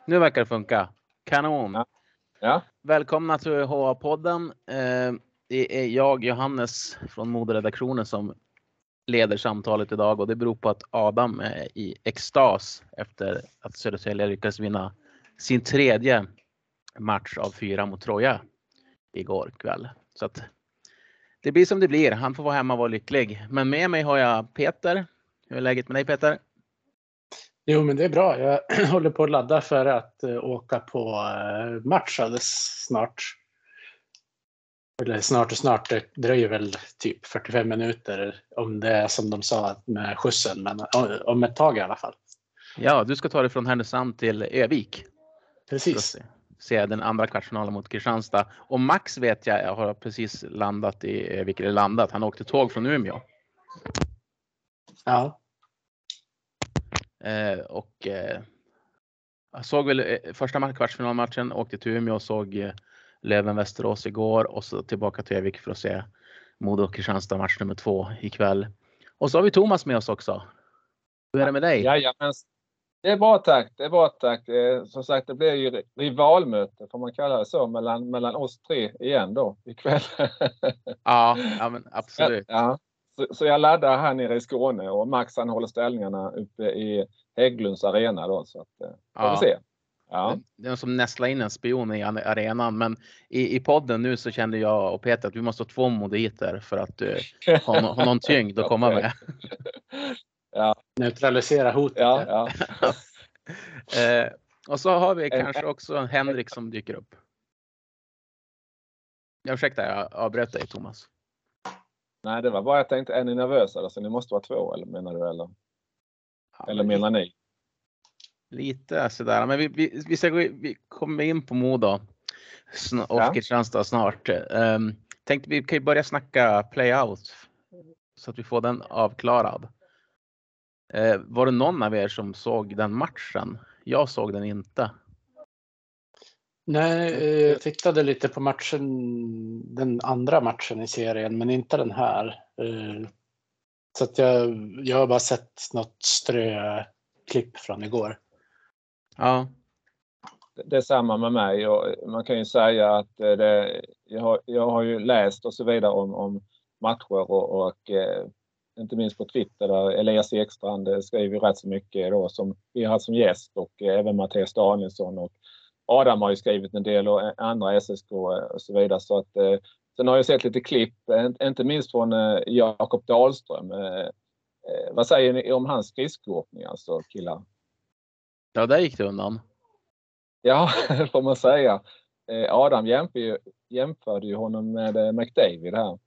Nu verkar det funka. Kanon. Ja. Ja. Välkomna till HA-podden. Det är jag, Johannes, från moderedaktionen som leder samtalet idag. Och det beror på att Adam är i extas efter att Södertälje lyckades vinna sin tredje match av 4 mot Troja igår kväll. Så att det blir som det blir. Han får vara hemma och vara lycklig. Men med mig har jag Peter. Hur är läget med dig, Peter? Jo, men det är bra. Jag håller på att ladda för att åka på match alldeles snart. Eller snart. Det dröjer väl typ 45 minuter om det är som de sa med skjutsen. Men om ett tag i alla fall. Ja, du ska ta dig från Härnösand till Övik. Precis. Se den andra kvartsfinalen mot Kristianstad. Och Max vet jag har precis landat i Övik. Eller landat. Han åkte tåg från Umeå. Ja. Jag såg väl första kvartsfinalmatchen, åkte till Umeå och såg Löven-Västerås igår och så tillbaka till Övik för att se Modo och Kristianstad match nummer 2 ikväll. Och så har vi Thomas med oss också. Hur är det med dig? Ja, men det är bra tack. Som sagt, det blir ju rivalmöte, får man kalla det så, mellan oss tre igen då ikväll. Ja, men absolut. Ja. Så jag laddar här nere i Skåne och Max han håller ställningarna uppe i Hägglunds arena då, så att får vi se. Ja. Det är som nästla in en spion i arenan, men i podden nu så kände jag och Peter att vi måste ha 2 moditer för att ha någon tyngd att komma med. Ja. Neutralisera hotet. Ja. Och så har vi kanske också Henrik som dyker upp. Jag avbröt dig, Thomas. Nej, det var bara jag tänkte, är ni nervösa? Alltså, ni måste vara 2, eller menar du? Eller menar ni? Lite sådär. Men vi kommer in på Modo och Kristianstad snart. Tänkte vi kan ju börja snacka playout så att vi får den avklarad. Var det någon av er som såg den matchen? Jag såg den inte. Nej, jag tittade lite på den andra matchen i serien, men inte den här. Så att jag har bara sett något ströklipp från igår. Ja. Det är samma med mig, och man kan ju säga att jag har ju läst och så vidare om matcher och inte minst på Twitter där Elias Ekstrand skriver rätt så mycket då, som vi har som gäst, och även Mattias Danielsson och Adam har ju skrivit en del och andra SSK och så vidare. Så att, sen har jag sett lite klipp, inte minst från Jakob Dahlström. Vad säger ni om hans skridskoåkning, alltså, killar? Ja, där gick det undan. Ja, får man säga. Adam jämförde ju honom med McDavid här.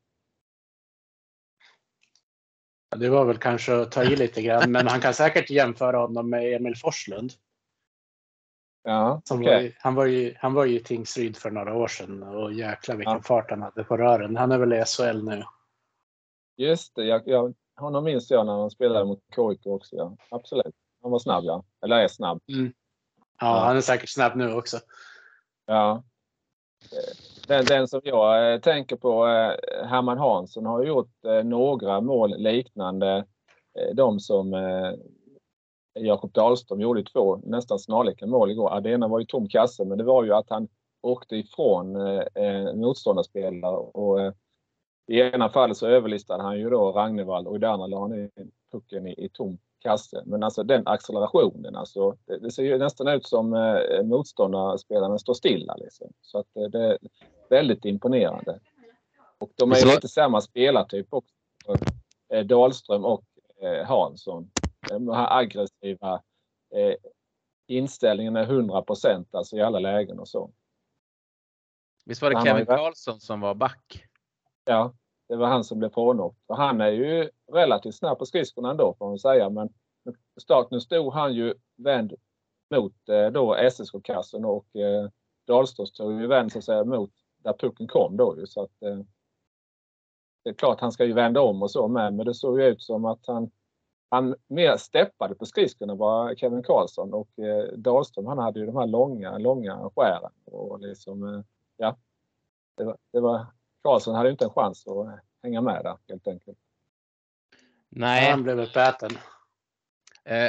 Det var väl kanske att ta i lite grann, men han kan säkert jämföra honom med Emil Forslund. Ja, han var ju i Tingsryd för några år sedan och jäklar vilken fart han hade på rören. Han är väl i SHL nu. Just det, honom minns jag när han spelade mot KIK också. Ja. Absolut, han var snabb, ja. Eller är snabb. Mm. Ja, han är säkert snabb nu också. Ja. Den som jag tänker på, Herman Hansson, har gjort några mål liknande de som Jakob Dahlström gjorde 2 nästan snarlika mål igår. Det ena var ju tom kasse, men det var ju att han åkte ifrån motståndarspelare, och i ena fallet så överlistade han ju då Ragnevall, och i det andra la han in pucken i tom kasse. Men alltså den accelerationen, alltså, det ser ju nästan ut som motståndarspelarna står stilla liksom. Så att det är väldigt imponerande. Och de är ju lite samma spelartyp också. Dahlström och Hansson. De här aggressiva inställningen är 100%, alltså i alla lägen och så. Visst var det Kevin Karlsson som var back? Ja, det var han som blev frånåkt. Och han är ju relativt snabb på skridskorna ändå, får man säga. Men nu stod han ju vänd mot då SSK-kassen, och Dahlström stod ju vänd så att säga mot där pucken kom då. Så att det är klart han ska ju vända om och så med. Men det såg ju ut som att han mer steppade på skridskorna var Kevin Karlsson, och Dahlström han hade ju de här långa skären. Och liksom, ja, det var Karlsson hade ju inte en chans att hänga med där helt enkelt. Nej. Han blev uppäten.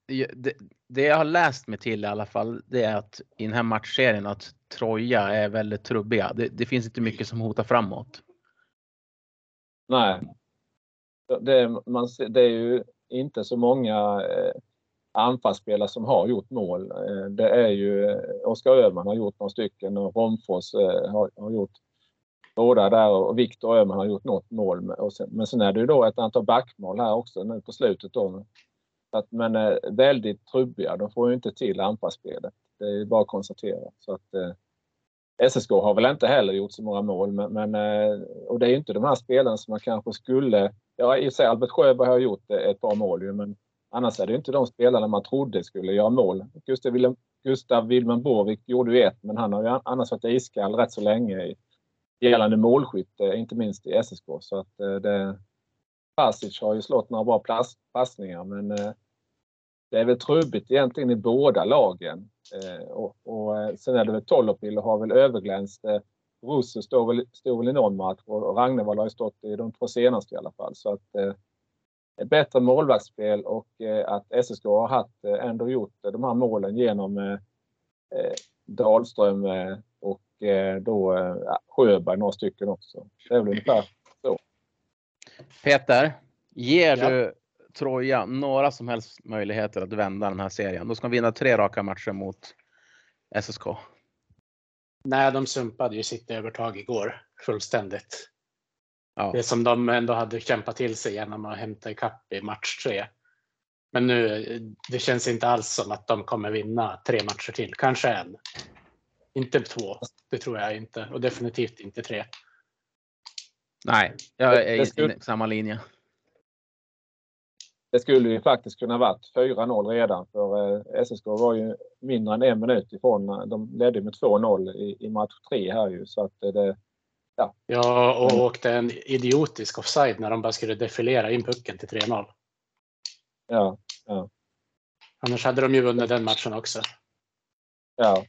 det jag har läst mig till i alla fall, det är att i den här matchserien att Troja är väldigt trubbiga. Det finns inte mycket som hotar framåt. Nej. Det är ju inte så många anfallsspelare som har gjort mål. Det är ju Oskar Öhman har gjort några stycken och Romfors har gjort båda där och Viktor Öhman har gjort något mål. Men sen är det ju då ett antal backmål här också nu på slutet då. Men väldigt trubbiga. De får ju inte till anfallsspelet. Det är ju bara att konstatera. Så att SSK har väl inte heller gjort så många mål. Men och det är ju inte de här spelarna som man kanske skulle... Ja, i sig Albert Sjöberg har gjort ett par mål ju, men annars är det inte de spelarna man trodde skulle göra mål. Gustav Wilman Borvik gjorde ju ett, men han har ju annars varit iskall rätt så länge i gällande målskytte, inte minst i SSK. Så att Pasic har ju slått några bra passningar, men det är väl trubbigt egentligen i båda lagen. Och sen är det väl Tollopil och har väl överglänst. Russo stod väl i någon match och Ragnevall har ju stått i de 2 senaste i alla fall. Så att ett bättre målvaktsspel och att SSK har ändå gjort de här målen genom Dahlström och då Sjöberg några stycken också. Det är väl ungefär så. Peter, ger du Troja några som helst möjligheter att vända den här serien? Då ska de vinna 3 raka matcher mot SSK. Nej, de sumpade ju sitt övertag igår fullständigt. Ja. Det som de ändå hade kämpat till sig genom att hämta ikapp i match 3. Men nu, det känns inte alls som att de kommer vinna 3 matcher till. Kanske en. Inte 2, det tror jag inte. Och definitivt inte 3. Nej, jag är i samma linje. Det skulle ju faktiskt kunna varit 4-0 redan, för SSK var ju mindre än 1 minut ifrån. De ledde med 2-0 i match 3 här ju, så att det... Ja, och åkte en idiotisk offside när de bara skulle defilera in pucken till 3-0. Ja. Annars hade de ju vunnit den matchen också. Ja.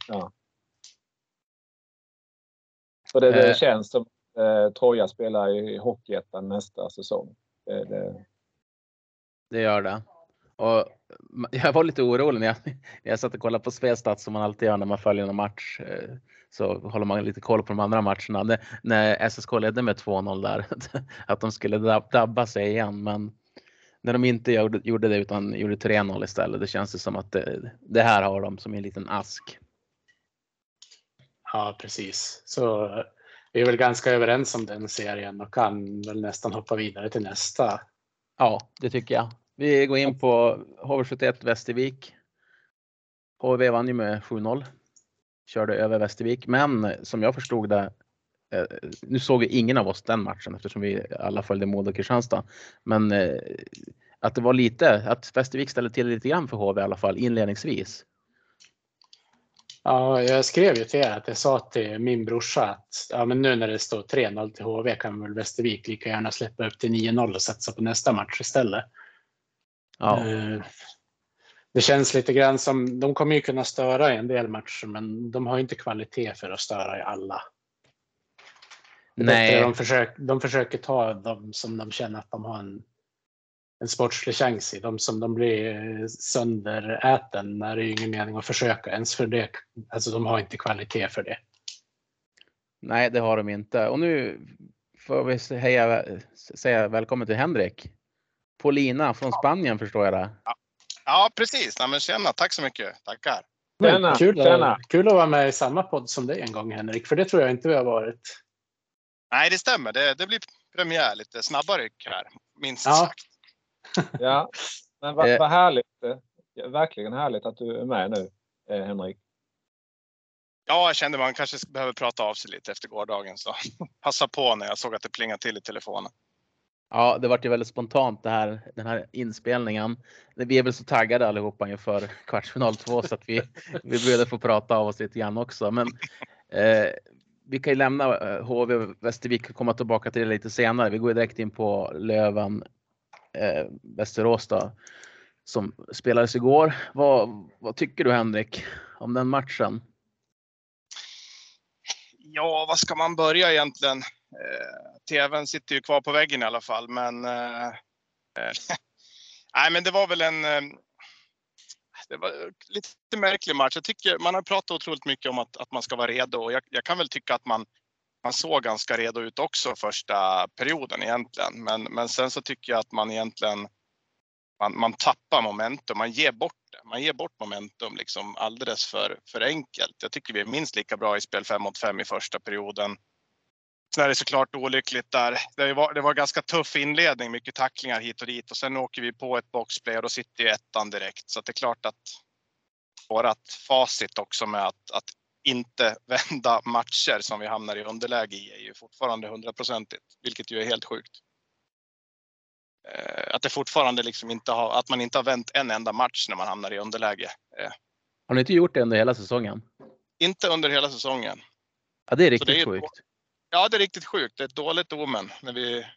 Så det känns som Troja spelar i Hockeyettan nästa säsong. Det gör det. Och jag var lite orolig när jag satt och kollade på Svestat som man alltid gör när man följer en match. Så håller man lite koll på de andra matcherna. När SSK ledde med 2-0 där. Att de skulle dabba sig igen. Men när de inte gjorde det utan gjorde 3-0 istället. Det känns som att det här har de som en liten ask. Ja, precis. Så vi är väl ganska överens om den serien och kan väl nästan hoppa vidare till nästa. Ja, det tycker jag. Vi går in på HV71 Västervik. HV vann ju med 7-0. Körde över Västervik. Men som jag förstod det, nu såg ju ingen av oss den matchen eftersom vi alla följde Modo och Kristianstad. Men att det var att Västervik ställde till lite grann för HV i alla fall inledningsvis. Ja, jag skrev ju till er att jag sa till min brorsa att men nu när det står 3-0 till HV kan väl Västervik lika gärna släppa upp till 9-0 och satsa på nästa match istället. Ja. Det känns lite grann som de kommer ju kunna störa i en del matcher, men de har inte kvalitet för att störa i alla. Nej. De försöker ta dem som de känner att de har en sportslig chans i. De som de blir sönderäten när det är ingen mening att försöka ens för det. Alltså de har inte kvalitet för det. Nej, det har de inte. Och nu får vi säga välkommen till Henrik. Paulina från Spanien förstår jag det. Ja, precis. Ja, men tjena, tack så mycket. Tackar. Kul att vara med i samma podd som dig en gång, Henrik. För det tror jag inte vi har varit. Nej, det stämmer. Det blir premiär lite snabbare här, minst sagt. Ja, men vad härligt. Verkligen härligt att du är med nu, Henrik. Ja, jag kände man kanske behöver prata av sig lite efter gårdagen. Så passa på när jag såg att det plingade till i telefonen. Ja, det var ju väldigt spontant den här inspelningen. Vi är väl så taggade allihopa inför kvartsfinal 2 så att vi började få prata av oss lite grann också. Men vi kan ju lämna HV och Västervik och komma tillbaka till det lite senare. Vi går direkt in på Löven Västerås då, som spelades igår. Vad tycker du, Henrik, om den matchen? Ja, vad ska man börja egentligen? TVn sitter ju kvar på väggen i alla fall, men nej, men det var väl Det var lite märklig match. Jag tycker man har pratat otroligt mycket om att man ska vara redo. Och jag kan väl tycka att man såg ganska redo ut också första perioden egentligen. Men sen så tycker jag att man egentligen man tappar momentum. Man ger bort det. Man ger bort momentum liksom alldeles för enkelt. Jag tycker vi är minst lika bra i spel 5-mot-5 i första perioden. Sen är det såklart olyckligt där. Det var ganska tuff inledning, mycket tacklingar hit och dit. Och sen åker vi på ett boxplay och då sitter ju ettan direkt. Så det är klart att vårat facit också med att inte vända matcher som vi hamnar i underläge i är ju fortfarande 100%, vilket ju är helt sjukt. Att det fortfarande liksom att man inte har vänt en enda match när man hamnar i underläge. Har ni inte gjort det under hela säsongen? Inte under hela säsongen. Ja, det är riktigt sjukt. Ja, det är riktigt sjukt. Det är ett dåligt omen. När vi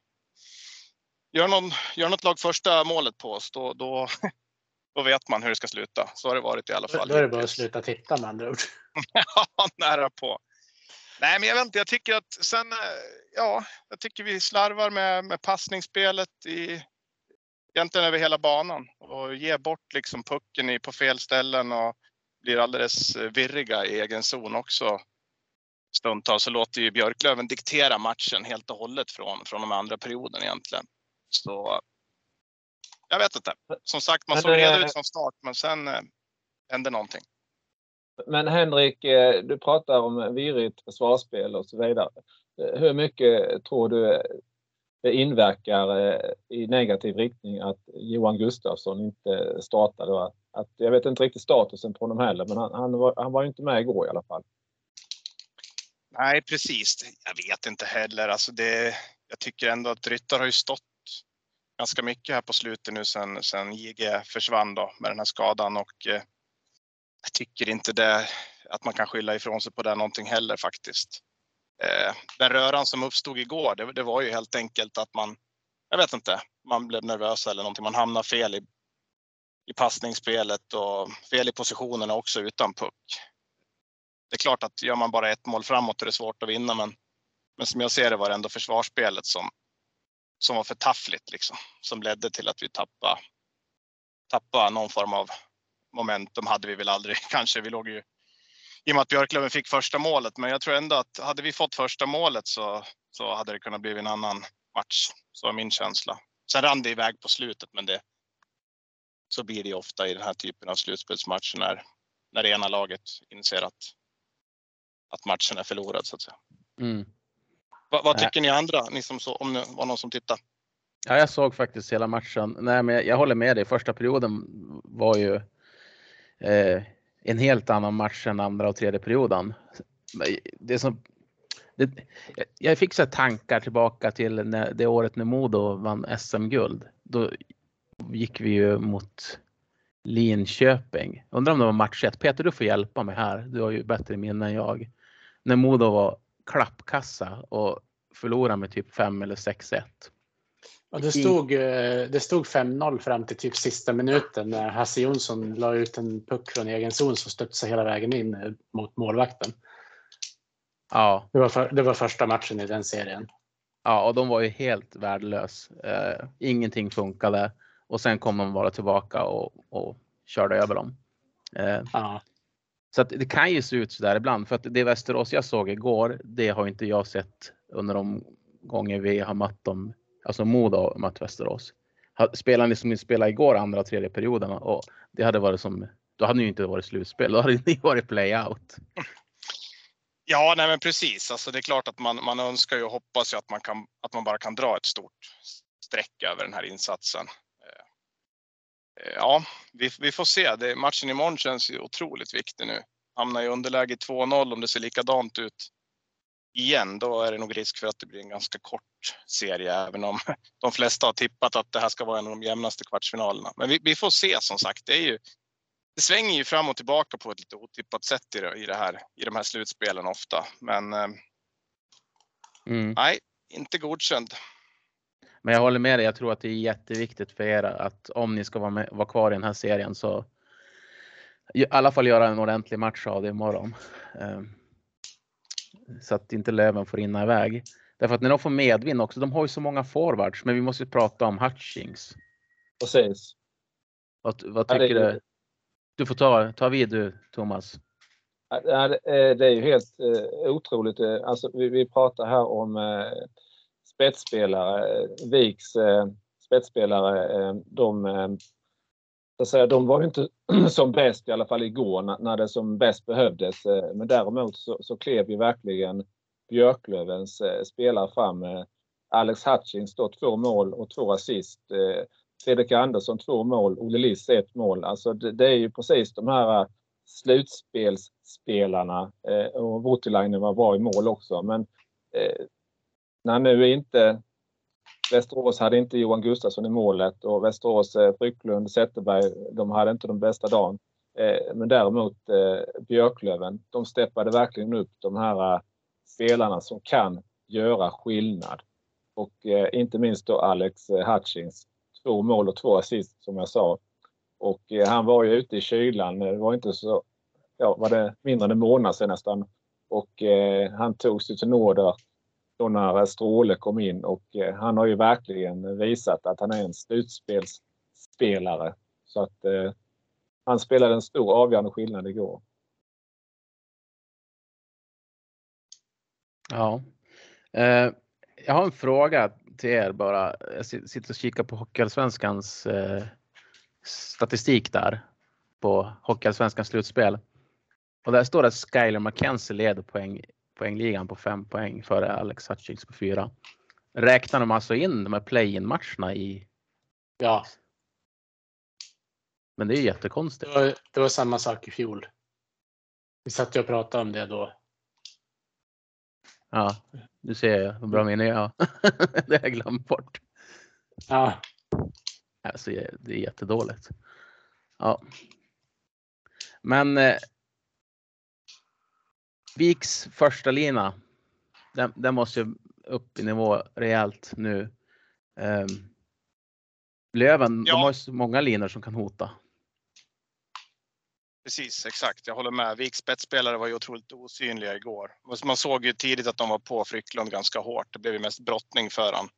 gör något lag första målet på oss, då vet man hur det ska sluta. Så har det varit i alla fall. Då är det bara att sluta titta med andra ord. Ja, nära på. Nej, men jag vet inte. Jag tycker att sen, jag tycker vi slarvar med passningsspelet egentligen över hela banan. Och ger bort liksom pucken på fel ställen och blir alldeles virriga i egen zon också. Stundtals så låter ju Björklöven diktera matchen helt och hållet från de andra perioden egentligen. Så jag vet inte. Som sagt, man såg redo ut från start, men sen hände någonting. Men Henrik, du pratar om virrigt försvarsspel och så vidare. Hur mycket tror du det inverkar i negativ riktning att Johan Gustafsson inte startade? Jag vet inte riktigt statusen på honom heller, men han var ju inte med igår i alla fall. Nej, precis. Jag vet inte heller. Alltså jag tycker ändå att Ryttar har ju stått ganska mycket här på slutet nu sen JG försvann då med den här skadan. Och jag tycker inte att man kan skylla ifrån sig på det någonting heller faktiskt. Den röran som uppstod igår, det var ju helt enkelt att man blev nervös eller någonting. Man hamnar fel i passningsspelet och fel i positionerna också utan puck. Det är klart att gör man bara ett mål framåt är det svårt att vinna, men som jag ser det var det ändå försvarsspelet som var för taffligt liksom, som ledde till att vi tappade någon form av momentum. Hade vi väl aldrig kanske. Vi låg ju i och med att Björklöven fick första målet, men jag tror ändå att hade vi fått första målet så hade det kunnat bli en annan match. Så är min känsla. Sen rann det iväg på slutet, men så blir det ofta i den här typen av slutspelsmatcher när det ena laget inser att matchen är förlorad så att säga. Mm. Vad tycker ni andra? Ni om det var någon som tittar. Ja, jag såg faktiskt hela matchen. Nej, men jag håller med dig. Första perioden var ju en helt annan match än andra och tredje perioden. Jag fick så tankar tillbaka till det året när Modo vann SM-guld. Då gick vi ju mot Linköping. Undrar om det var match 1. Peter, du får hjälpa mig här. Du har ju bättre minne än jag. När Modo var klappkassa och förlorade med typ 5 eller 6-1. Ja, det stod 5-0 fram till typ sista minuten när Hasse Jonsson la ut en puck från egen zon som studsade hela vägen in mot målvakten. Ja. Det var första matchen i den serien. Ja, och de var ju helt värdelös. Ingenting funkade. Och sen kom de bara tillbaka och körde över dem. Ja. Så att det kan ju se ut så där ibland. För att det Västerås jag såg igår, det har inte jag sett under de gånger vi har mött dem. Alltså Modo mött Västerås. Spelarna som spelade igår andra och tredje perioderna. Och det hade varit då hade ni ju inte varit slutspel. Då hade ni varit play-out. Ja, nej men precis. Alltså det är klart att man önskar ju och hoppas ju att man bara kan dra ett stort streck över den här insatsen. Ja, vi får se. Matchen imorgon känns ju otroligt viktig nu. Hamnar i underläge 2-0 om det ser likadant ut igen. Då är det nog risk för att det blir en ganska kort serie. Även om de flesta har tippat att det här ska vara en av de jämnaste kvartsfinalerna. Men vi får se som sagt. Det svänger ju fram och tillbaka på ett lite otippat sätt i de här slutspelen ofta. Men nej, inte godkänd. Men jag håller med dig. Jag tror att det är jätteviktigt för er att om ni ska vara kvar i den här serien så i alla fall göra en ordentlig match av det imorgon. Så att inte Löven får rinna iväg. Därför att när de får medvind också, de har ju så många forwards. Men vi måste ju prata om Hutchings. Precis. Vad tycker du? Du får ta vid du, Thomas. Ja, det är ju helt otroligt. Alltså, vi pratar här om spetsspelare. Viks spetsspelare, de var ju inte som bäst i alla fall igår när det som bäst behövdes. Men däremot så klev ju verkligen Björklövens spelare fram. Alex Hutchings 2 mål och 2 assist. Fredrik Andersson 2 mål, Olle Liss 1 mål. Alltså det är ju precis de här slutspelsspelarna. Och Voutilainen var bra i mål också. Men när nu inte Västerås hade inte Johan Gustafsson i målet och Västerås Frycklund, Zetterberg, de hade inte de bästa dagen. Men däremot Björklöven, de steppade verkligen upp de här spelarna som kan göra skillnad. Och inte minst då Alex Hutchings, 2 mål och 2 assist som jag sa. Och han var ju ute i kylan, det var inte så, var det mindre än en månad sedan nästan. Och han tog sig till nåder då när Stråle kom in och han har ju verkligen visat att han är en slutspelsspelare. Så att han spelade en stor avgörande skillnad igår. Ja. Jag har en fråga till er bara. Jag sitter och kikar på Hockeyallsvenskans statistik där på Hockeyallsvenskans slutspel. Och där står det att Skyler McKenzie leder poängligan på 5 poäng före Alex Hutchings på 4. Räknar de alltså in de här play-in-matcherna i? Ja. Men det är jättekonstigt. Det var samma sak i fjol. Vi satt och pratade om det då. Ja, du ser hur bra minne jag har. Det har jag glömt bort. Ja. Alltså, det är jättedåligt. Ja. Men Viks första lina, den måste ju upp i nivå rejält nu. Löven, de har ju så många linor som kan hota. Precis, exakt. Jag håller med. Viks spetsspelare var ju otroligt osynliga igår. Man såg ju tidigt att de var på Frycklund ganska hårt. Det blev ju mest brottning för han.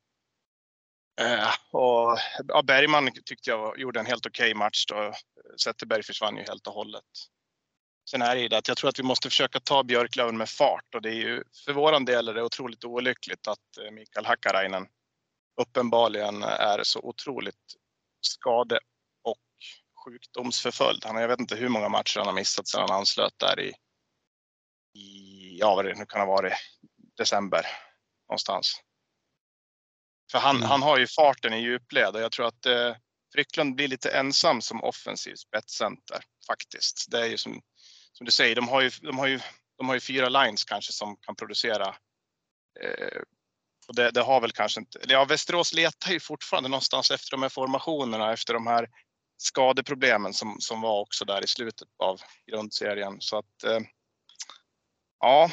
Och Bergman tyckte jag gjorde en helt okej match då. Zetterberg försvann ju helt och hållet. Sen är det ju det att jag tror att vi måste försöka ta Björklöven med fart. Och det är ju, för våran del är det otroligt olyckligt att Mikael Hakkarainen uppenbarligen är så otroligt skade- och sjukdomsförföljd. Jag vet inte hur många matcher han har missat sedan han anslöt där i vad det nu kan ha varit, december någonstans. För han har ju farten i djupled och jag tror att Frycklund blir lite ensam som offensiv spetscenter faktiskt. Det är ju som du säger, de har ju 4 lines kanske som kan producera. Och det har väl kanske inte. Ja, Västerås letar ju fortfarande någonstans efter de här formationerna, efter de här skadeproblemen som var också där i slutet av grundserien. Så att ja,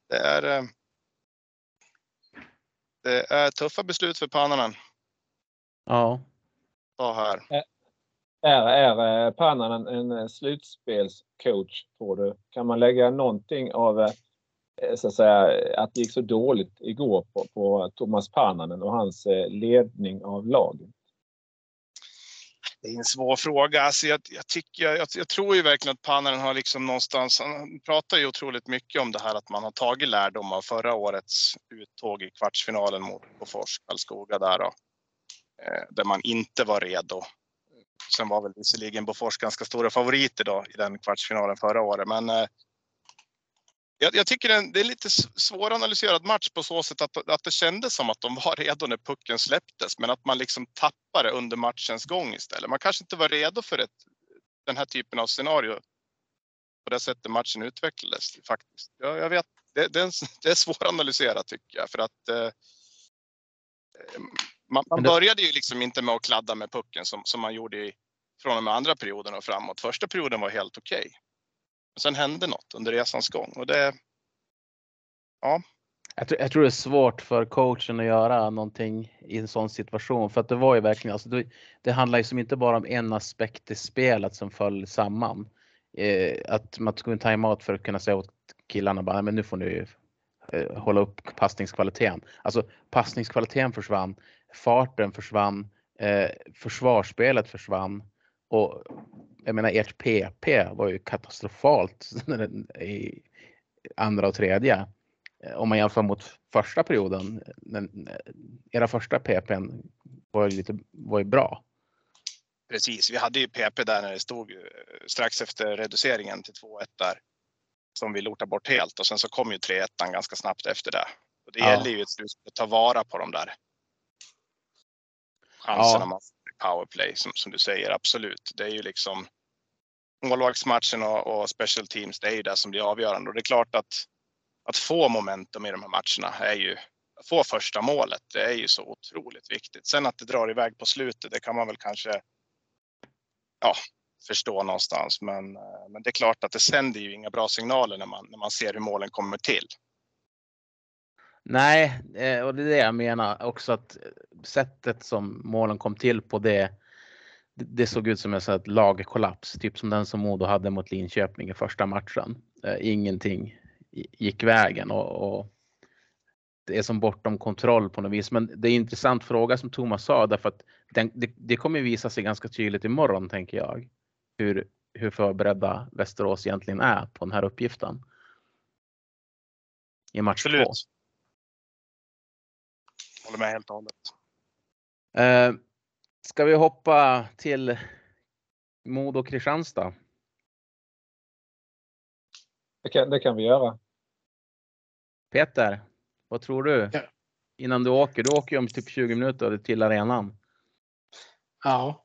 det är tuffa beslut för Pannanen. Ja. Så här. Är Pannanen en slutspelscoach, tror du? Kan man lägga någonting av så att säga att det gick så dåligt igår på Thomas Pannanen och hans ledning av laget? Det är en svår fråga. Alltså jag tror ju verkligen att Pannanen har liksom någonstans, han pratar ju otroligt mycket om det här att man har tagit lärdom av förra årets uttåg i kvartsfinalen mot Bofors Karlskoga där man inte var redo. Sen var väl visserligen Bofors ganska stora favoriter då i den kvartsfinalen förra året, men jag tycker det är lite svåranalyserad match på så sätt att det kändes som att de var redo när pucken släpptes, men att man liksom tappade under matchens gång istället. Man kanske inte var redo för den här typen av scenario på det sättet matchen utvecklades faktiskt. Jag vet, det är svåranalyserat tycker jag, för att man började ju liksom inte med att kladda med pucken som man gjorde från och med andra perioden och framåt. Första perioden var helt okej. Men sen hände något under resans gång och det, ja. Jag tror det är svårt för coachen att göra någonting i en sån situation, för att det var ju verkligen, alltså det handlar ju som inte bara om en aspekt i spelet som föll samman. Att man tog en timeout för att kunna säga åt killarna bara, men nu får ni hålla upp passningskvaliteten. Alltså passningskvaliteten försvann, farten försvann, försvarsspelet försvann. Och jag menar, ert PP var ju katastrofalt i andra och tredje. Om man jämför mot första perioden. Era första PP:n var ju bra. Precis, vi hade ju PP där när det stod strax efter reduceringen till 2-1 där. Som vi lotade bort helt och sen så kom ju 3-1 ganska snabbt efter det. Och det gäller ju att ta vara på de där chanserna man får i powerplay som du säger, absolut. Det är ju liksom målvaktsmatchen och special teams, det är ju det som blir avgörande. Och det är klart att få momentum i de här matcherna är ju, att få första målet, det är ju så otroligt viktigt. Sen att det drar iväg på slutet, det kan man väl kanske förstå någonstans. Men det är klart att det sänder ju inga bra signaler när man ser hur målen kommer till. Nej, och det är det jag menar också, att sättet som målen kom till på det såg ut som ett lagkollaps, typ som den som Modo hade mot Linköping i första matchen. Ingenting gick vägen och det är som bortom kontroll på något vis. Men det är en intressant fråga som Thomas sa, därför att det kommer visa sig ganska tydligt imorgon, tänker jag, hur förberedda Västerås egentligen är på den här uppgiften i match 2. Håller med helt och hållet. Ska vi hoppa till Modo Kristianstad? Det kan vi göra. Peter, vad tror du? Ja. Innan du åker? Du åker ju om typ 20 minuter till arenan. Ja.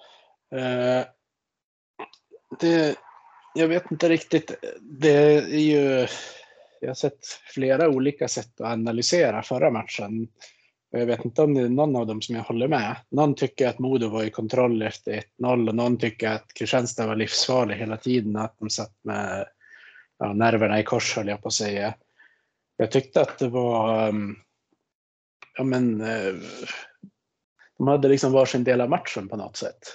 Jag vet inte riktigt. Det är ju, jag har sett flera olika sätt att analysera förra matchen. Jag vet inte om det är någon av dem som jag håller med. Någon tycker att Modo var i kontroll efter 1-0 och någon tycker att Kristianstad var livsfarlig hela tiden. Att de satt med nerverna i kors, höll jag på att säga. Jag tyckte att det var... de hade liksom varsin del av matchen på något sätt.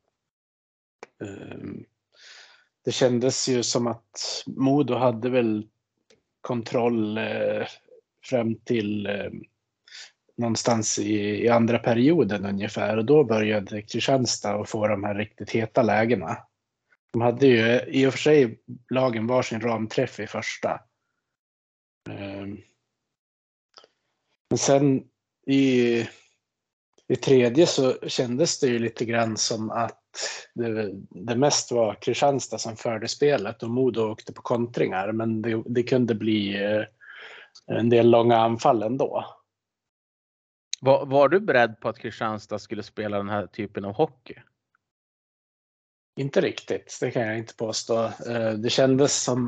Det kändes ju som att Modo hade väl kontroll fram till någonstans i andra perioden ungefär, och då började Kristianstad att få de här riktigt heta lägena. De hade ju i och för sig lagen varsin ramträff i första. Men sen i tredje så kändes det ju lite grann som att det mest var Kristianstad som förde spelet och Modo åkte på kontringar, men det kunde bli en del långa anfall ändå. Var du beredd på att Kristianstad skulle spela den här typen av hockey? Inte riktigt, det kan jag inte påstå. Det kändes som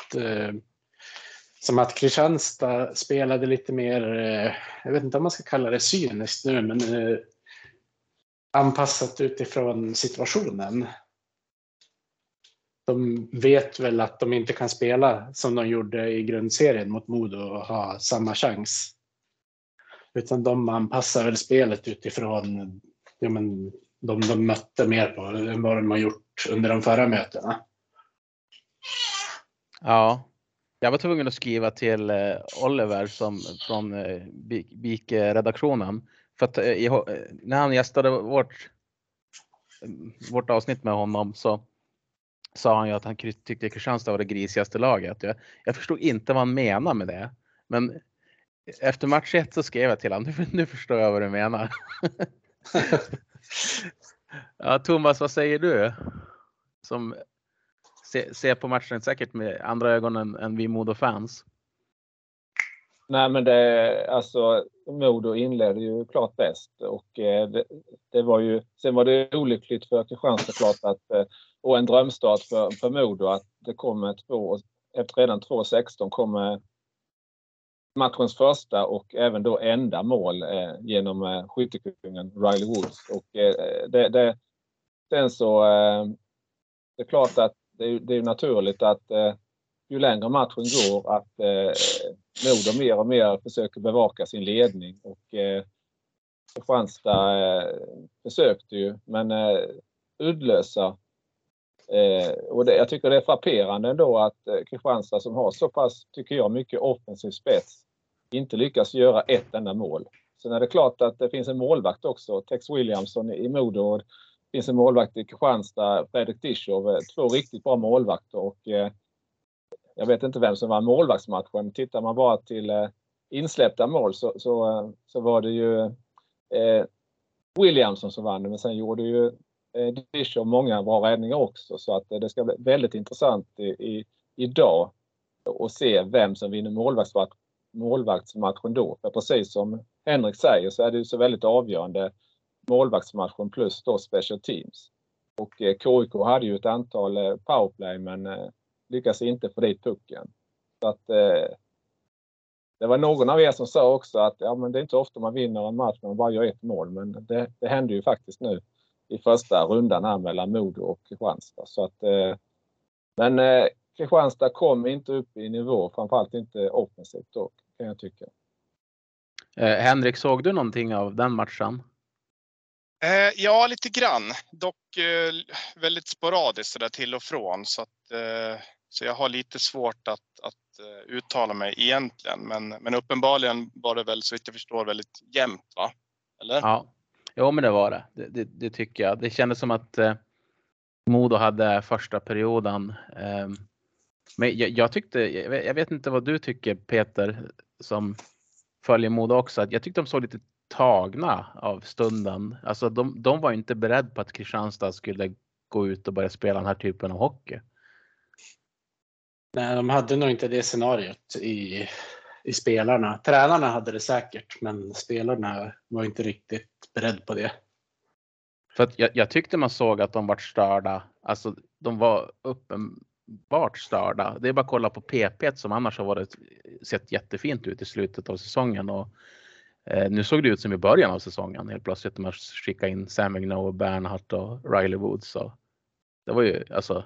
att Kristianstad spelade lite mer, jag vet inte om man ska kalla det cyniskt nu, men anpassat utifrån situationen. De vet väl att de inte kan spela som de gjorde i grundserien mot Modo och ha samma chans. Utan de anpassar väl spelet utifrån de mötte mer på än vad de har gjort under de förra mötena. Ja, jag var tvungen att skriva till Oliver från BIK-redaktionen. För att när han gästade vårt avsnitt med honom så sa han ju att han tyckte Kristianstad var det grisigaste laget. Jag förstod inte vad han menar med det. Men efter match 1 så skrev jag till honom, nu förstår jag vad du menar. Ja, Thomas, vad säger du? Som ser på matchen säkert med andra ögon än vi Modo-fans. Nej, men Modo inledde ju klart bäst och det var ju, sen var det olyckligt för Kristianstad klart och en drömstart för Modo att det kom efter redan 2-16 kom matchens första och även då enda mål genom skyttekungen Riley Woods. Och sen så det är klart att det är naturligt att ju längre matchen går att Modo mer och mer försöker bevaka sin ledning och Kristianstad försökte ju men uddlösa. Och jag tycker det är frapperande ändå att Kristianstad som har så pass, tycker jag, mycket offensiv spets inte lyckas göra ett enda mål. Sen är det klart att det finns en målvakt också, Tex Williamson i Modo. finns en målvakt i Kristianstad, Fredrik Dischow, 2 riktigt bra målvakter och jag vet inte vem som var målvaktsmatchen. Tittar man bara till insläppta mål så var det ju Williamson som vann, men sen gjorde ju Dischow många bra räddningar också, så att det ska bli väldigt intressant idag att se vem som vinner målvaktsmatchen då. För precis som Henrik säger så är det ju så väldigt avgörande målvaktsmatchen plus då special teams. Och KIK hade ju ett antal powerplay men lyckas inte få dit pucken. Så att det var någon av er som sa också att ja, men det är inte ofta man vinner en match när man bara gör ett mål, men det hände ju faktiskt nu i första rundan här mellan Modo och Kristianstad. Så att men Kristianstad kom inte upp i nivå, framförallt inte offensivt då, kan jag tycka. Henrik, såg du någonting av den matchen? Ja, lite grann. Dock väldigt sporadiskt där till och från. Så jag har lite svårt att uttala mig egentligen. Men uppenbarligen var det väl, så vitt jag förstår, väldigt jämnt, va? Eller? Ja, jo, men det var det. Det tycker jag. Det kändes som att Modo hade första perioden. Men jag tyckte, jag vet inte vad du tycker, Peter, som följer Modo också. Jag tyckte de såg lite tagna av stunden. Alltså de var inte beredda på att Kristianstad skulle gå ut och börja spela den här typen av hockey. Nej, de hade nog inte det scenariot i spelarna. Tränarna hade det säkert, men spelarna var inte riktigt beredda på det. För att jag tyckte man såg att de var störda. Alltså de var uppenbart störda. Det är bara att kolla på PP som annars har sett jättefint ut i slutet av säsongen. Och nu såg det ut som i början av säsongen. Helt plötsligt när man skickade in Sam Mignaud, Bernhardt och Riley Woods. Så det var ju alltså...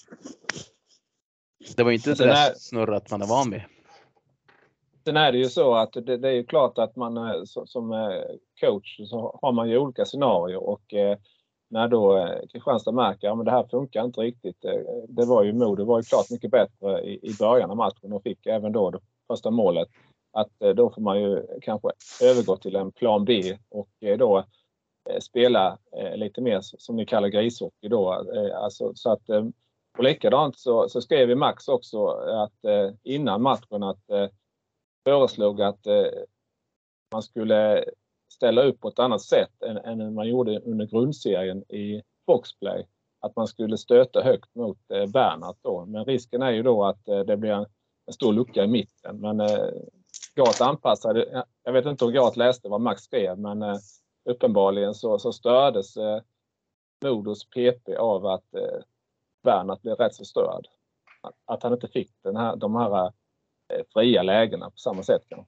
Det var inte det där snurrat man är van vid. Sen är det ju så att det är ju klart att man som coach så har man ju olika scenarier och när då Kristianstad märker att det här funkar inte riktigt. Det var ju klart mycket bättre i början av matchen och fick även då det första målet. Att då får man ju kanske övergå till en plan B och då spela lite mer som ni kallar grishockey då. Alltså, så att, och likadant så skrev vi Max också att innan matchen att föreslog att man skulle ställa upp på ett annat sätt än man gjorde under grundserien i Foxplay. Att man skulle stöta högt mot Bernhardt då. Men risken är ju då att det blir en stor lucka i mitten. Men Gat anpassade, jag vet inte om Gat läste vad Max skrev, men uppenbarligen så stördes Modos PP av att Bernhardt blev rätt så störd. Att han inte fick de här fria lägena på samma sätt kanske.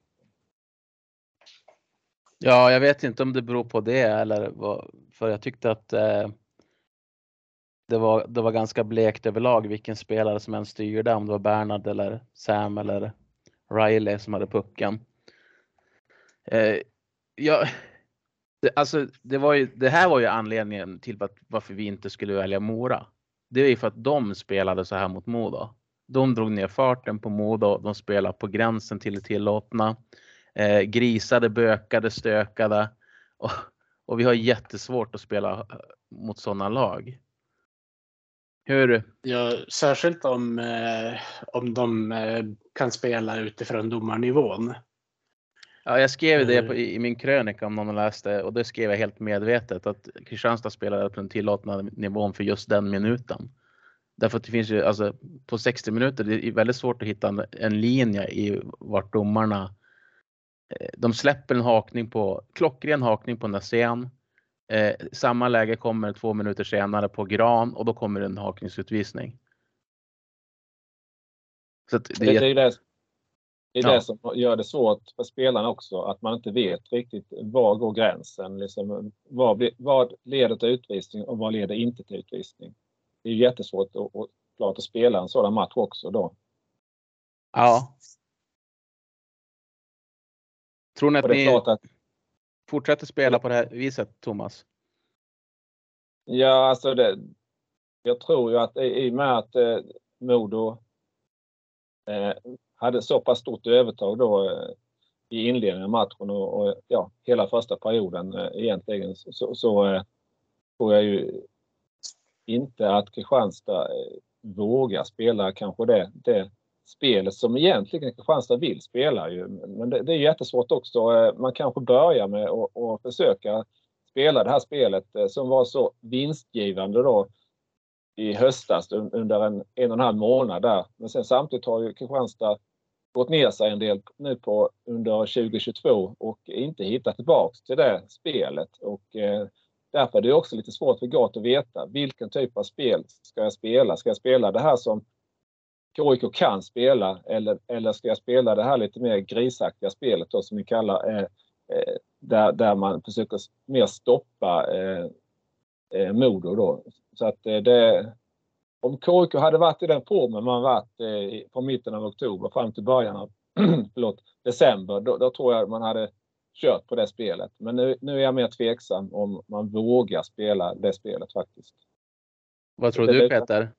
Ja, jag vet inte om det beror på det eller vad, för jag tyckte att det var ganska blekt överlag vilken spelare som än styrde, om det var Bernhard eller Sam eller Riley som hade pucken. Det här var ju anledningen till varför vi inte skulle välja Mora. Det är ju för att de spelade så här mot Modo. De drog ner farten på Modo, de spelade på gränsen till det tillåtna. Grisade, bökade, stökade. Och vi har jättesvårt att spela mot sådana lag. Hur? Ja, särskilt om de kan spela utifrån domarnivån. Ja, jag skrev det i min krönika om någon läste, och det skrev jag helt medvetet att Kristianstad spelade på den tillåtna nivån för just den minuten. Därför att det finns ju, alltså på 60 minuter, det är väldigt svårt att hitta en linje i vart domarna, de släpper en klockren hakning på Näsén. Samma läge kommer 2 minuter senare på Gran och då kommer en hakningsutvisning. Så att det är det som gör det svårt för spelarna också, att man inte vet riktigt var går gränsen. Liksom, vad leder till utvisning och vad leder inte till utvisning. Det är jättesvårt att spela en sådan match också då. Ja. Tror ni att ni fortsätter spela på det här viset, Thomas? Ja, alltså jag tror ju att i och med att Modo hade så pass stort övertag då i inledningen av matchen och hela första perioden egentligen tror jag ju inte att Kristianstad vågar spela kanske det spelet som egentligen Kristianstad vill spela ju. Men det är jättesvårt också. Man kanske börjar med att försöka spela det här spelet som var så vinstgivande då i höstas under en och en halv månad där. Men sen samtidigt har ju Kristianstad gått ner sig en del nu på under 2022 och inte hittat tillbaks till det spelet. Och därför är det också lite svårt för Gat att veta vilken typ av spel ska jag spela. Ska jag spela det här som KIK kan spela eller ska jag spela det här lite mer grisaktiga spelet då, som vi kallar där man försöker mer stoppa Modo då. Så att om KIK hade varit i den formen man varit från mitten av oktober fram till början av december, då tror jag man hade kört på det spelet. Men nu är jag mer tveksam om man vågar spela det spelet faktiskt. Vad tror du, Peter?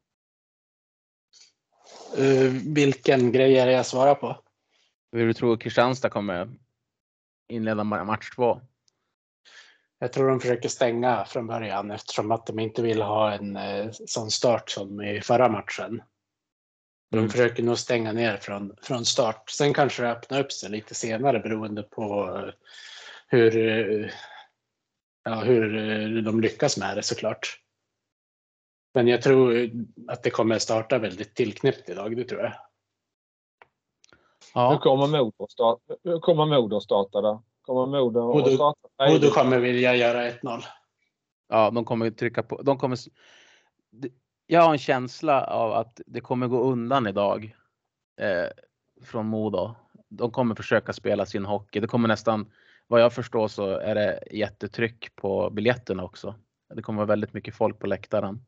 Vilken grej är det jag svarar på? Hur du tror Kristianstad kommer inleda match 2? Jag tror de försöker stänga från början eftersom att de inte vill ha en sån start som i förra matchen. De försöker nog stänga ner från start. Sen kanske det öppnar upp sig lite senare beroende på hur de lyckas med det såklart. Men jag tror att det kommer starta väldigt tillknäppt idag, det tror jag. Ja. Hur kommer Modo starta då? Kommer Modo starta? Modo kommer vilja göra 1-0. Ja, de kommer trycka på. Jag har en känsla av att det kommer gå undan idag från Modo. De kommer försöka spela sin hockey. Det kommer nästan, vad jag förstår så är det jättetryck på biljetterna också. Det kommer vara väldigt mycket folk på läktaren.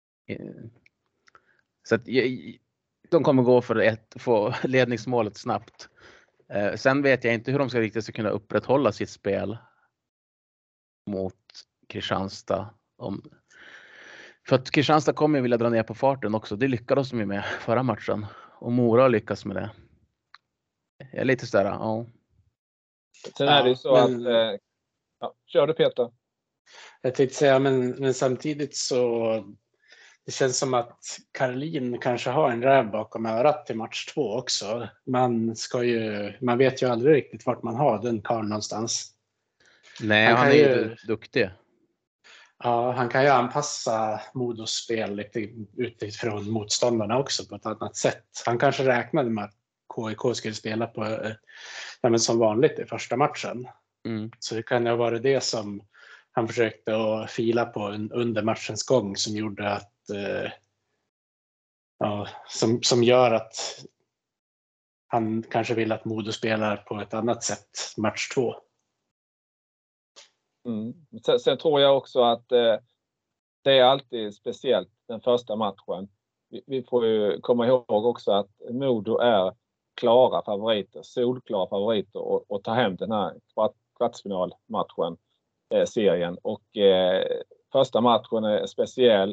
Så att de kommer gå för att få ledningsmålet snabbt. Sen vet jag inte hur de ska riktigt kunna upprätthålla sitt spel mot Kristianstad. För att Kristianstad kommer vilja dra ner på farten också. Det lyckades de ju med förra matchen. Och Mora lyckas med det. Jag är lite sådär, ja. Sen är det ju så att... kör du, Peter. Jag tänkte säga, men samtidigt så... Det känns som att Karolin kanske har en räv bakom örat till match 2 också. Man vet ju aldrig riktigt vart man har den karl någonstans. Nej, han är ju duktig. Ja, han kan ju anpassa Modos spel lite utifrån motståndarna också på ett annat sätt. Han kanske räknade med att KIK skulle spela på som vanligt i första matchen. Så det kan ju vara det som han försökte att fila på under matchens gång som gjorde att som gör att han kanske vill att Modo spelar på ett annat sätt match 2. Sen tror jag också att det är alltid speciellt den första matchen. Vi får ju komma ihåg också att Modo är klara favoriter, solklara favoriter och ta hem den här kvartsfinalmatchen, serien. Och första matchen är speciell,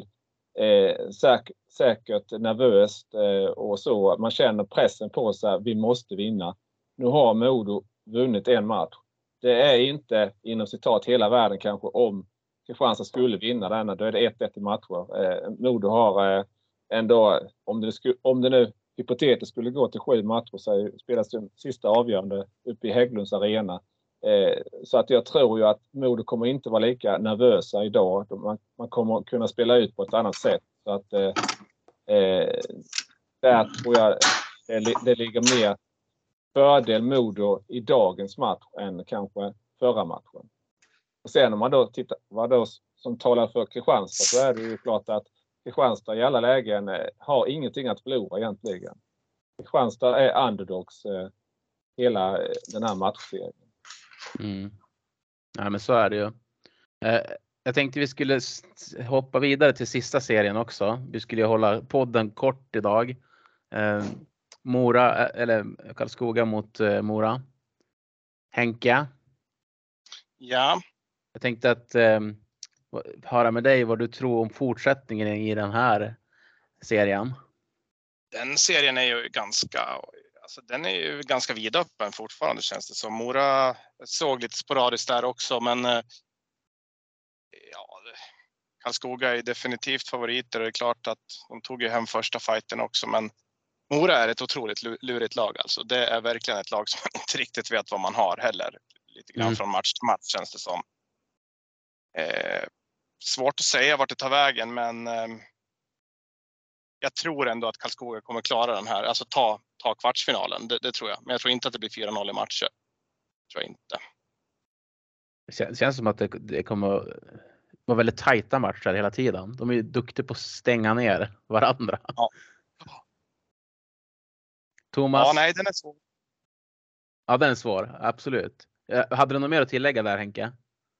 säkert nervöst och så. Man känner pressen på sig, vi måste vinna. Nu har Modo vunnit en match. Det är inte inom citat hela världen kanske om Kristianstad skulle vinna denna. Då är det 1-1 i matcher. Modo har ändå, om det nu hypotetiskt skulle gå till 7 matcher så spelas den sista avgörande uppe i Hägglunds arena. Så att jag tror ju att Modo kommer inte vara lika nervösa idag. Man kommer kunna spela ut på ett annat sätt. Så att där tror jag det ligger mer fördel Modo i dagens match än kanske förra matchen. Och sen om man då tittar vad då som talar för Kristianstad så är det ju klart att Kristianstad i alla lägen har ingenting att förlora egentligen. Kristianstad är underdogs hela den här matchserien. Ja, men så är det ju. Jag tänkte vi skulle hoppa vidare till sista serien också. Vi skulle ju hålla podden kort idag. Mora eller Karlskoga mot Mora. Henke? Ja. Jag tänkte att höra med dig vad du tror om fortsättningen i den här serien. Den serien är ju ganska vidöppen fortfarande känns det som. Mora såg lite sporadiskt där också, men Karlskoga är definitivt favoriter och det är klart att de tog ju hem första fighten också, men Mora är ett otroligt lurigt lag alltså. Det är verkligen ett lag som man inte riktigt vet vad man har heller. Lite grann från match till match känns det som. Svårt att säga vart det tar vägen, men jag tror ändå att Karlskoga kommer klara den här. Alltså ta kvartsfinalen, det tror jag. Men jag tror inte att det blir 4-0 i matcher. Tror jag inte. Det känns som att det kommer vara väldigt tajta matcher hela tiden. De är ju duktiga på att stänga ner varandra. Ja. Thomas? Ja, nej, den är svår. Ja, den är svår. Absolut. Hade du något mer att tillägga där, Henke?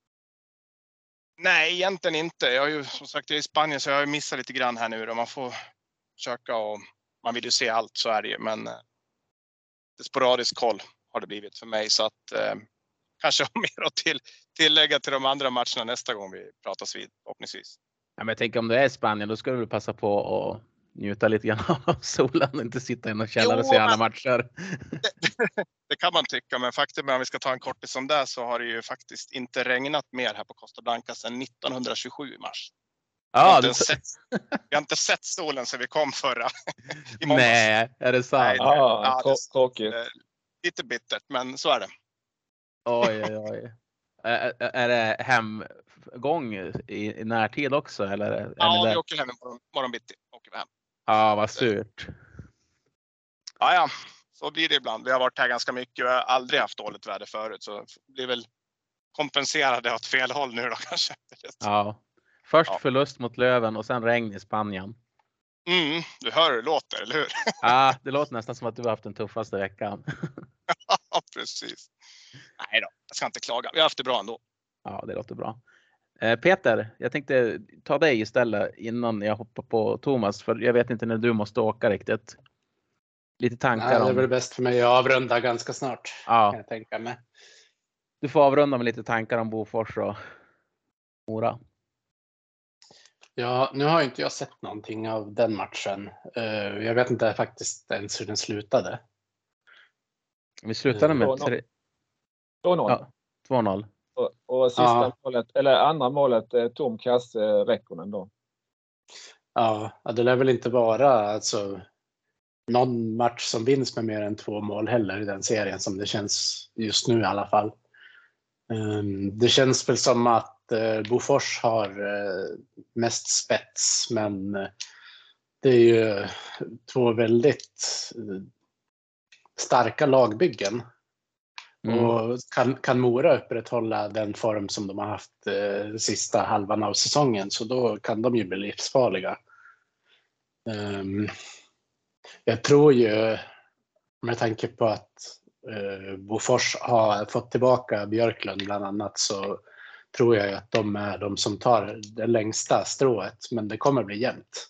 Nej, egentligen inte. Jag har ju som sagt, jag är i Spanien så jag har ju missat lite grann här nu då. Man får försöka och man vill ju se allt, så är det ju. Men det sporadisk koll har det blivit för mig, så att kanske har mer att tillägga till de andra matcherna nästa gång vi pratas vid, förhoppningsvis. Ja, men jag tänker om du är i Spanien, då ska du väl passa på att njuta lite grann av solen och inte sitta i någon källare och se alla matcher. Det kan man tycka, men faktum är om vi ska ta en kortis som det, så har det ju faktiskt inte regnat mer här på Costa Blanca sedan 1927 i mars. Ja, vi har inte sett solen sedan vi kom förra. Nej, är det sant? Ja, tråkigt. Lite bittert, men så är det. Oj. Är det hemgång i närtid också? Eller ja, vi åker hem morgon bitti. Åker vi hem. Ja, vad surt. Ja, så blir det ibland. Vi har varit här ganska mycket och jag har aldrig haft dåligt väder förut. Så blir väl kompenserade åt fel håll nu då kanske. Ja, först förlust mot Löven och sen regn i Spanien. Du hör hur det låter, eller hur? Ja, det låter nästan som att du har haft den tuffaste veckan. Ja, precis. Nej då, jag ska inte klaga. Vi har haft det bra ändå. Ja, det låter bra. Peter, jag tänkte ta dig istället innan jag hoppar på Thomas. För jag vet inte när du måste åka riktigt. Lite tankar. Nej, det är väl bäst för mig att avrunda ganska snart. Ja. Kan jag tänka mig. Du får avrunda med lite tankar om Bofors och Mora. Ja, nu har inte jag sett någonting av den matchen. Jag vet inte faktiskt ens hur den slutade. Vi slutade med 2-0. Ja, 2-0. Och sista målet, eller andra målet, tom kasse Räkkonen då. Ja, det lär väl inte vara alltså någon match som vinns med mer än 2 mål heller i den serien, som det känns just nu i alla fall. Det känns väl som att Bofors har mest spets, men det är ju 2 väldigt starka lagbyggen. Och kan Mora upprätthålla den form som de har haft sista halvan av säsongen, så då kan de ju bli livsfarliga. Jag tror ju, med tanke på att Bofors har fått tillbaka Björklund bland annat, så tror jag att de är de som tar det längsta strået, men det kommer bli jämnt.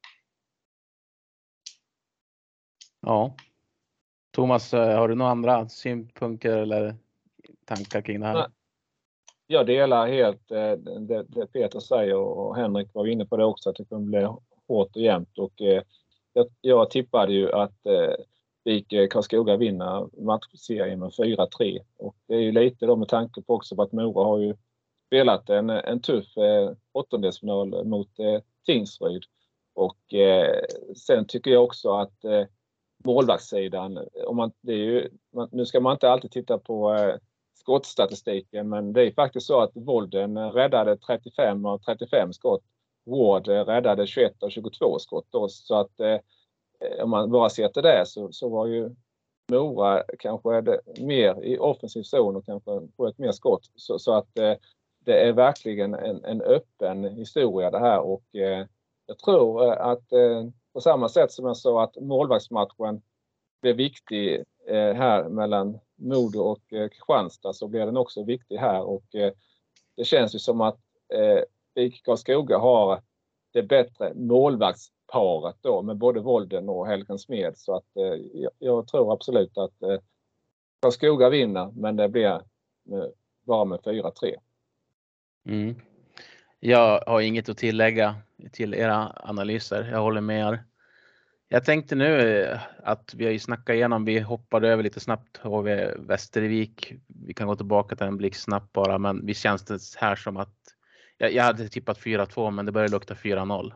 Ja. Thomas, har du några andra synpunkter eller tankar kring det här? Nej. Jag delar helt det Peter säger, och Henrik var inne på det också, att det kommer bli hårt och jämnt. Och jag tippade ju att Karlskoga vinner matchserien med 4-3. Och det är ju lite då med tanke på också att Mora har ju spelat en tuff åttondelsfinal mot Tingsryd. Och sen tycker jag också att målvaktssidan, nu ska man inte alltid titta på skottstatistiken, men det är faktiskt så att Volden räddade 35 av 35 skott. Ward räddade 21 av 22 skott då, så att om man bara ser till det så var ju Mora kanske mer i offensiv zon och kanske på ett mer skott, så att det är verkligen en öppen historia det här. Och jag tror att på samma sätt som jag sa att målvaktsmatchen blir viktig här mellan Modo och Kristianstad, så blir den också viktig här. Och det känns ju som att Karlskoga har det bättre målvaktsparet då med både Volden och Helgensmed. Så att jag tror absolut att Karlskoga vinner, men det blir bara med 4-3. Jag har inget att tillägga till era analyser. Jag håller med er. Jag tänkte nu att vi har ju snackat igenom, vi hoppade över lite snabbt HV Västervik. Vi kan gå tillbaka till en blick snabbt bara, men vi känns det här som att Jag hade tippat 4-2, men det börjar lukta 4-0.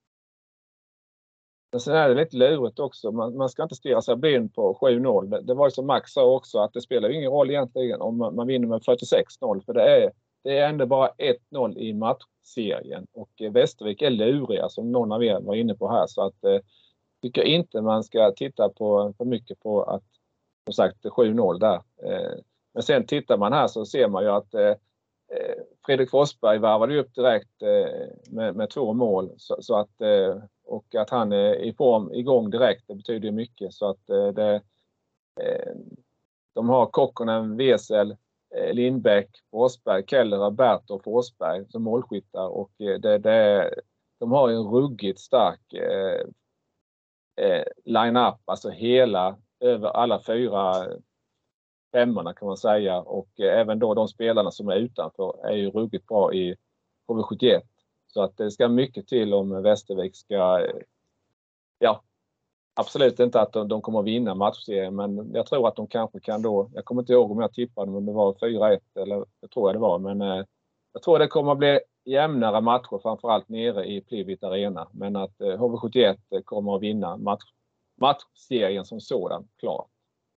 Men sen är det lite lurigt också. Man ska inte stirra sig blind på 7-0. Det var ju som Max sa också, att det spelar ingen roll egentligen om man vinner med 46-0. För det är ändå bara 1-0 i matchserien. Och Västervik är luriga, som någon av er var inne på här. Så att tycker inte man ska titta på för mycket på att, som sagt, 7-0 där. Men sen tittar man här så ser man ju att Fredrik Forsberg varvade upp direkt med 2 mål. Så att, och att han är i form igång direkt, det betyder mycket. Så att de har Kokkonen, Wesel, Lindbäck, Forsberg, Keller, Bert och Forsberg som målskyttar. Och de har en ruggigt stark line-up, alltså över alla 4 femmorna kan man säga, och även då de spelarna som är utanför är ju ruggigt bra i HV71. Så att det ska mycket till om Västervik ska, absolut inte att de kommer att vinna matchserien, men jag tror att de kanske kan då, jag kommer inte ihåg om jag tippade om det var 4-1 eller jag tror det var, men jag tror det kommer att bli jämnare matcher, framförallt nere i Plivit Arena, men att HV71 kommer att vinna matchserien som sådan, klart.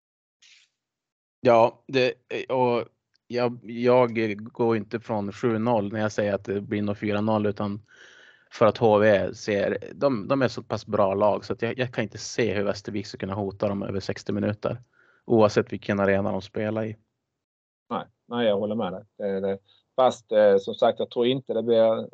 Ja, och jag går inte från 7-0 när jag säger att det blir nog 4-0, utan för att HV de är så pass bra lag så att jag kan inte se hur Västervik ska kunna hota dem över 60 minuter oavsett vilken arena de spelar i. Nej, jag håller med dig. Fast som sagt, jag tror inte det blir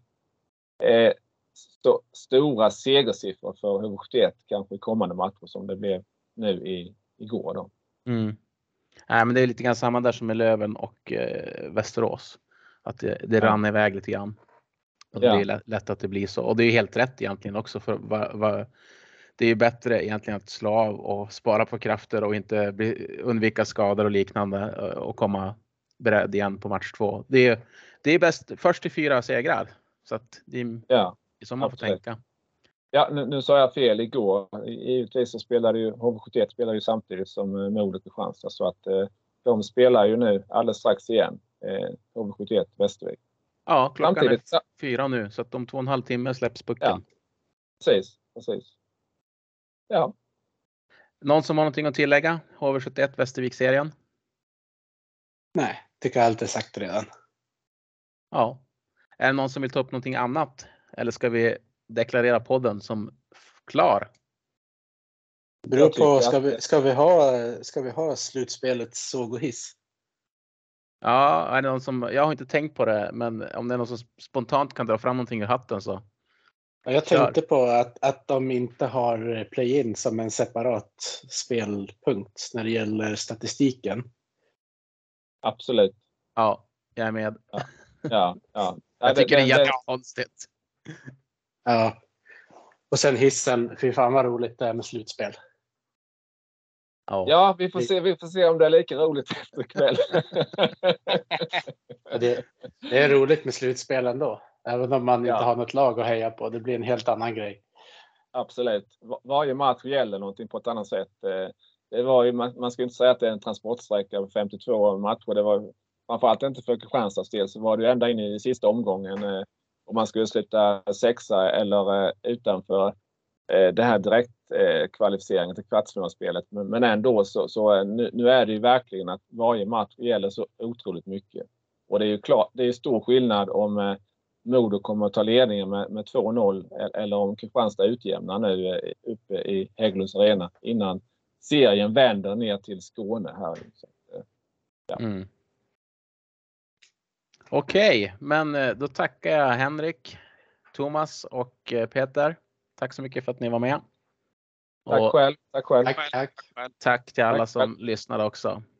stora segersiffror för HV71 kanske i kommande matcher som det blev nu igår då. Mm. Nej, men det är lite grann samma där som med Löven och Västerås. Att det rann iväg lite grann. Och det är lätt att det blir så. Och det är helt rätt egentligen också. För det är det egentligen att slå av och spara på krafter och inte undvika skador och liknande. Och komma beredd igen på match 2. Det är bäst först till 4 segrar. Så att det är som man får tänka. Ja, nu sa jag fel igår. Givetvis så spelade ju HV71 spelade ju samtidigt som Modo Kristianstad, så att de spelar ju nu alldeles strax igen. HV71 Västervik. Ja, klockan är 4 nu, så att om 2,5 timmar släpps pucken. Ja, precis. Ja. Någon som har någonting att tillägga? HV71 Västervik-serien? Nej, tycker jag allt är sagt redan. Ja. Är det någon som vill ta upp någonting annat? Eller ska vi deklarera podden som klar? Det beror på, ska vi ha slutspelets såg och hiss? Ja, är det någon som, jag har inte tänkt på det, men om det är någon som spontant kan dra fram någonting ur hatten så. Jag tänkte på att de inte har play-in som en separat spelpunkt när det gäller statistiken. Absolut. Ja, jag är med. Ja. Jag tycker det är jättekonstigt. Ja. Och sen hissen, fy fan vad roligt det är med slutspel. Ja, vi får se om det är lika roligt efter kväll. Det är roligt med slutspel ändå. Även om man inte har något lag att heja på. Det blir en helt annan grej. Absolut. Varje match gäller någonting på ett annat sätt. Det var ju, man ska inte säga att det är en transportsträcka av 52 matcher. Det var framförallt inte för Kristianstads del, så var det ju ända in i sista omgången. Om man skulle sluta 6:a eller utanför det här direkt kvalificeringen till kvartsfinalspelet. Men ändå så nu är det ju verkligen att varje match gäller så otroligt mycket. Och det är ju klart, det är stor skillnad om Modo kommer att ta ledningen med 2-0 eller om Kristianstad utjämnar nu uppe i Hägglunds arena innan serien vänder ner till Skåne här. Så, Okej, men då tackar jag Henrik, Thomas och Peter. Tack så mycket för att ni var med. Tack själv. Tack till alla som lyssnade också.